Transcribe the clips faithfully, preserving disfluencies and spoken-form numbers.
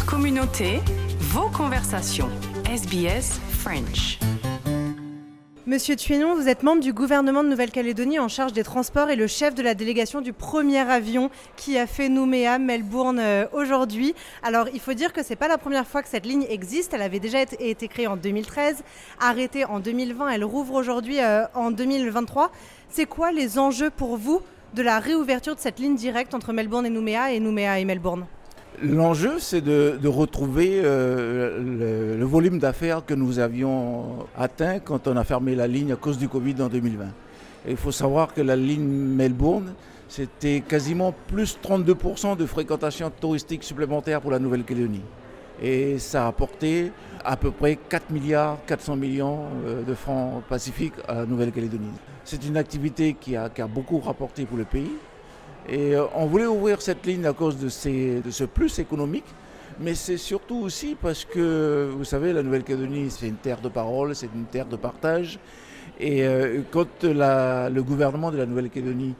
Votre communauté, vos conversations. S B S French. Monsieur Tuignon, vous êtes membre du gouvernement de Nouvelle-Calédonie en charge des transports et le chef de la délégation du premier avion qui a fait Nouméa, Melbourne euh, aujourd'hui. Alors, il faut dire que ce n'est pas la première fois que cette ligne existe. Elle avait déjà été, été créée en deux mille treize, arrêtée en deux mille vingt. Elle rouvre aujourd'hui euh, en deux mille vingt-trois. C'est quoi les enjeux pour vous de la réouverture de cette ligne directe entre Melbourne et Nouméa et Nouméa et Melbourne ? L'enjeu, c'est de, de retrouver euh, le, le volume d'affaires que nous avions atteint quand on a fermé la ligne à cause du Covid en deux mille vingt. Et il faut savoir que la ligne Melbourne, c'était quasiment plus trente-deux pour cent de fréquentation touristique supplémentaire pour la Nouvelle-Calédonie. Et ça a apporté à peu près quatre milliards quatre cents millions de francs pacifiques à la Nouvelle-Calédonie. C'est une activité qui a, qui a beaucoup rapporté pour le pays. Et on voulait ouvrir cette ligne à cause de, ces, de ce plus économique, mais c'est surtout aussi parce que, vous savez, la Nouvelle-Calédonie, c'est une terre de parole, c'est une terre de partage. Et euh, quand la, le gouvernement de la Nouvelle-Calédonie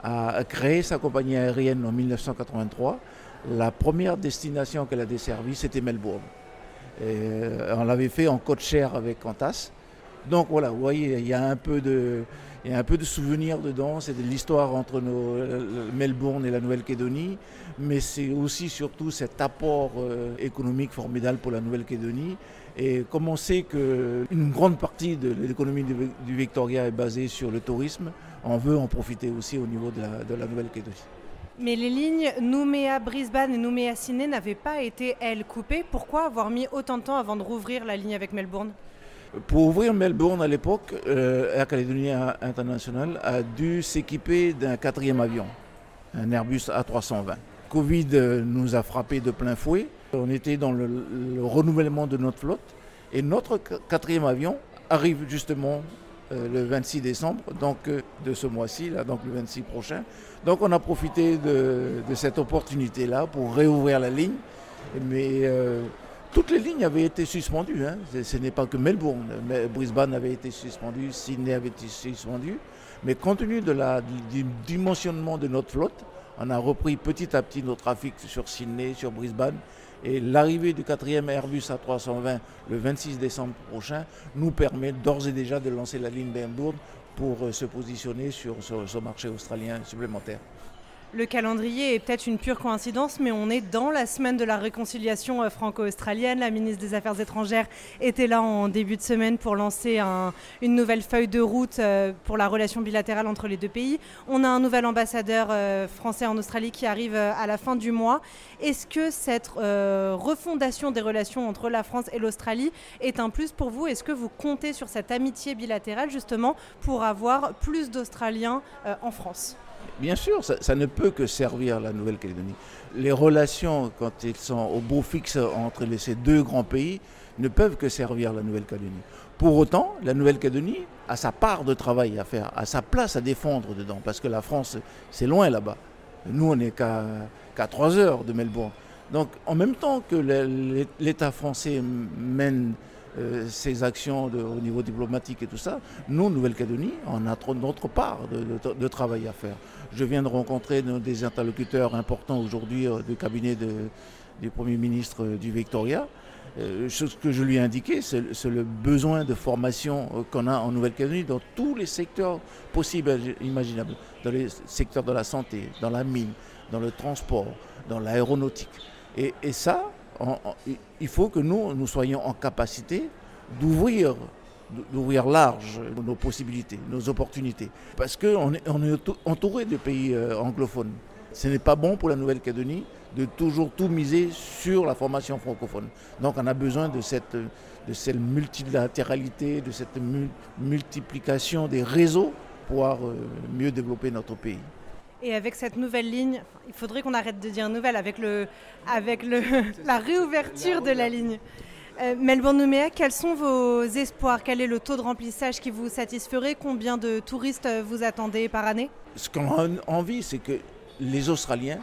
a créé sa compagnie aérienne en dix-neuf cent quatre-vingt-trois, la première destination qu'elle a desservie, c'était Melbourne. Et on l'avait fait en code-share avec Qantas. Donc voilà, vous voyez, il y a un peu de... Il y a un peu de souvenirs dedans, c'est de l'histoire entre nos, Melbourne et la Nouvelle-Calédonie, mais c'est aussi surtout cet apport euh, économique formidable pour la Nouvelle-Calédonie. Et comme on sait qu'une grande partie de l'économie du, du Victoria est basée sur le tourisme, on veut en profiter aussi au niveau de la, de la Nouvelle-Calédonie. Mais les lignes Nouméa-Brisbane et Nouméa-Sydney n'avaient pas été, elles, coupées. Pourquoi avoir mis autant de temps avant de rouvrir la ligne avec Melbourne ? Pour ouvrir Melbourne à l'époque, euh, Air Calédonie International a dû s'équiper d'un quatrième avion, un Airbus A trois cent vingt. Covid nous a frappé de plein fouet. On était dans le, le renouvellement de notre flotte et notre quatrième avion arrive justement euh, le vingt-six décembre, donc euh, de ce mois-ci, là, donc le vingt-six prochain. Donc on a profité de, de cette opportunité-là pour réouvrir la ligne, mais euh, toutes les lignes avaient été suspendues, hein. ce, ce n'est pas que Melbourne, mais Brisbane avait été suspendu, Sydney avait été suspendu, mais compte tenu de la, du dimensionnement de notre flotte, on a repris petit à petit notre trafic sur Sydney, sur Brisbane, et l'arrivée du quatrième Airbus A trois cent vingt le vingt-six décembre prochain nous permet d'ores et déjà de lancer la ligne Melbourne pour se positionner sur ce marché australien supplémentaire. Le calendrier est peut-être une pure coïncidence, mais on est dans la semaine de la réconciliation franco-australienne. La ministre des Affaires étrangères était là en début de semaine pour lancer un, une nouvelle feuille de route pour la relation bilatérale entre les deux pays. On a un nouvel ambassadeur français en Australie qui arrive à la fin du mois. Est-ce que cette euh, refondation des relations entre la France et l'Australie est un plus pour vous ? Est-ce que vous comptez sur cette amitié bilatérale justement pour avoir plus d'Australiens euh, en France ? Bien sûr, ça, ça ne peut que servir la Nouvelle-Calédonie. Les relations, quand elles sont au beau fixe entre les, ces deux grands pays, ne peuvent que servir la Nouvelle-Calédonie. Pour autant, la Nouvelle-Calédonie a sa part de travail à faire, a sa place à défendre dedans, parce que la France, c'est loin là-bas. Nous, on n'est qu'à, qu'à trois heures de Melbourne. Donc, en même temps que l'État français mène Euh, ces actions de, au niveau diplomatique et tout ça, nous, Nouvelle-Calédonie, on a trop, notre part de, de, de travail à faire. Je viens de rencontrer des interlocuteurs importants aujourd'hui euh, du cabinet de, du Premier ministre euh, du Victoria. Euh, ce que je lui ai indiqué, c'est, c'est le besoin de formation euh, qu'on a en Nouvelle-Calédonie dans tous les secteurs possibles et imaginables. Dans les secteurs de la santé, dans la mine, dans le transport, dans l'aéronautique. Et, et ça, On, on, il faut que nous, nous soyons en capacité d'ouvrir, d'ouvrir large nos possibilités, nos opportunités. Parce qu'on est, on est entouré de pays euh, anglophones. Ce n'est pas bon pour la Nouvelle-Calédonie de toujours tout miser sur la formation francophone. Donc on a besoin de cette, de cette multilatéralité, de cette mu- multiplication des réseaux pour pouvoir euh, mieux développer notre pays. Et avec cette nouvelle ligne, il faudrait qu'on arrête de dire nouvelle, avec, le, avec le, la réouverture de la ligne. Euh, Melbourne-Nouméa, quels sont vos espoirs ? Quel est le taux de remplissage qui vous satisferait ? Combien de touristes vous attendez par année ? Ce qu'on a envie, c'est que les Australiens,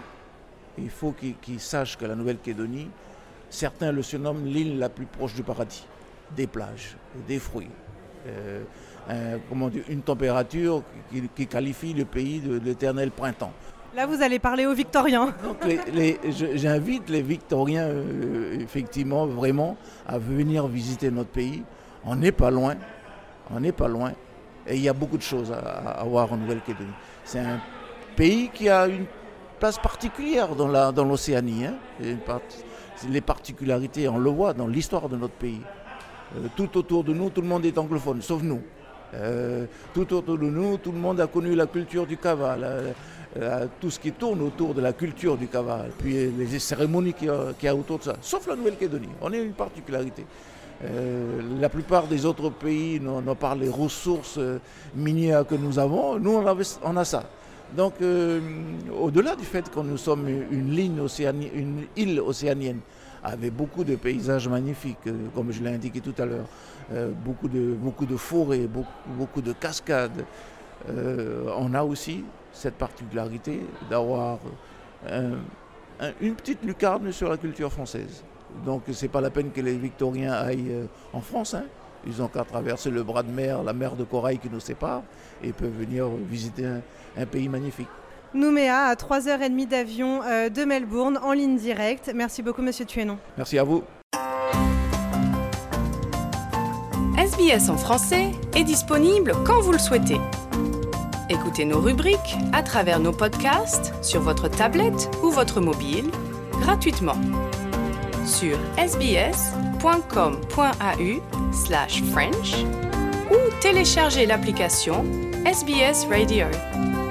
il faut qu'ils, qu'ils sachent que la Nouvelle-Calédonie, certains le surnomment l'île la plus proche du paradis, des plages, des fruits. Euh, un, comment dire, une température qui, qui qualifie le pays de, de l'éternel printemps. Là, vous allez parler aux Victoriens. Donc, les, les, je, j'invite les Victoriens, euh, effectivement, vraiment, à venir visiter notre pays. On n'est pas loin, on n'est pas loin. Et il y a beaucoup de choses à, à voir en Nouvelle-Calédonie. C'est un pays qui a une place particulière dans, la, dans l'Océanie. Hein. Part, les particularités, on le voit dans l'histoire de notre pays. Euh, tout autour de nous, tout le monde est anglophone, sauf nous. Euh, tout autour de nous, tout le monde a connu la culture du kava, la, la, tout ce qui tourne autour de la culture du kava, puis les cérémonies qu'il y a, qu'il y a autour de ça, sauf la Nouvelle-Calédonie. On a une particularité. Euh, la plupart des autres pays n'ont pas les ressources minières que nous avons, nous on a, on a ça. Donc euh, au-delà du fait que nous sommes une, ligne océani- une île océanienne avec beaucoup de paysages magnifiques, euh, comme je l'ai indiqué tout à l'heure, euh, beaucoup, de, beaucoup de forêts, beaucoup, beaucoup de cascades, euh, on a aussi cette particularité d'avoir un, un, une petite lucarne sur la culture française. Donc ce n'est pas la peine que les Victoriens aillent euh, en France. Hein. Ils n'ont qu'à traverser le bras de mer, la mer de corail qui nous sépare, et peuvent venir visiter un, un pays magnifique. Nouméa, à trois heures trente d'avion euh, de Melbourne, en ligne directe. Merci beaucoup, Monsieur Tuénon. Merci à vous. S B S en français est disponible quand vous le souhaitez. Écoutez nos rubriques à travers nos podcasts sur votre tablette ou votre mobile, gratuitement. Sur sbs.com.au slash French ou téléchargez l'application S B S Radio.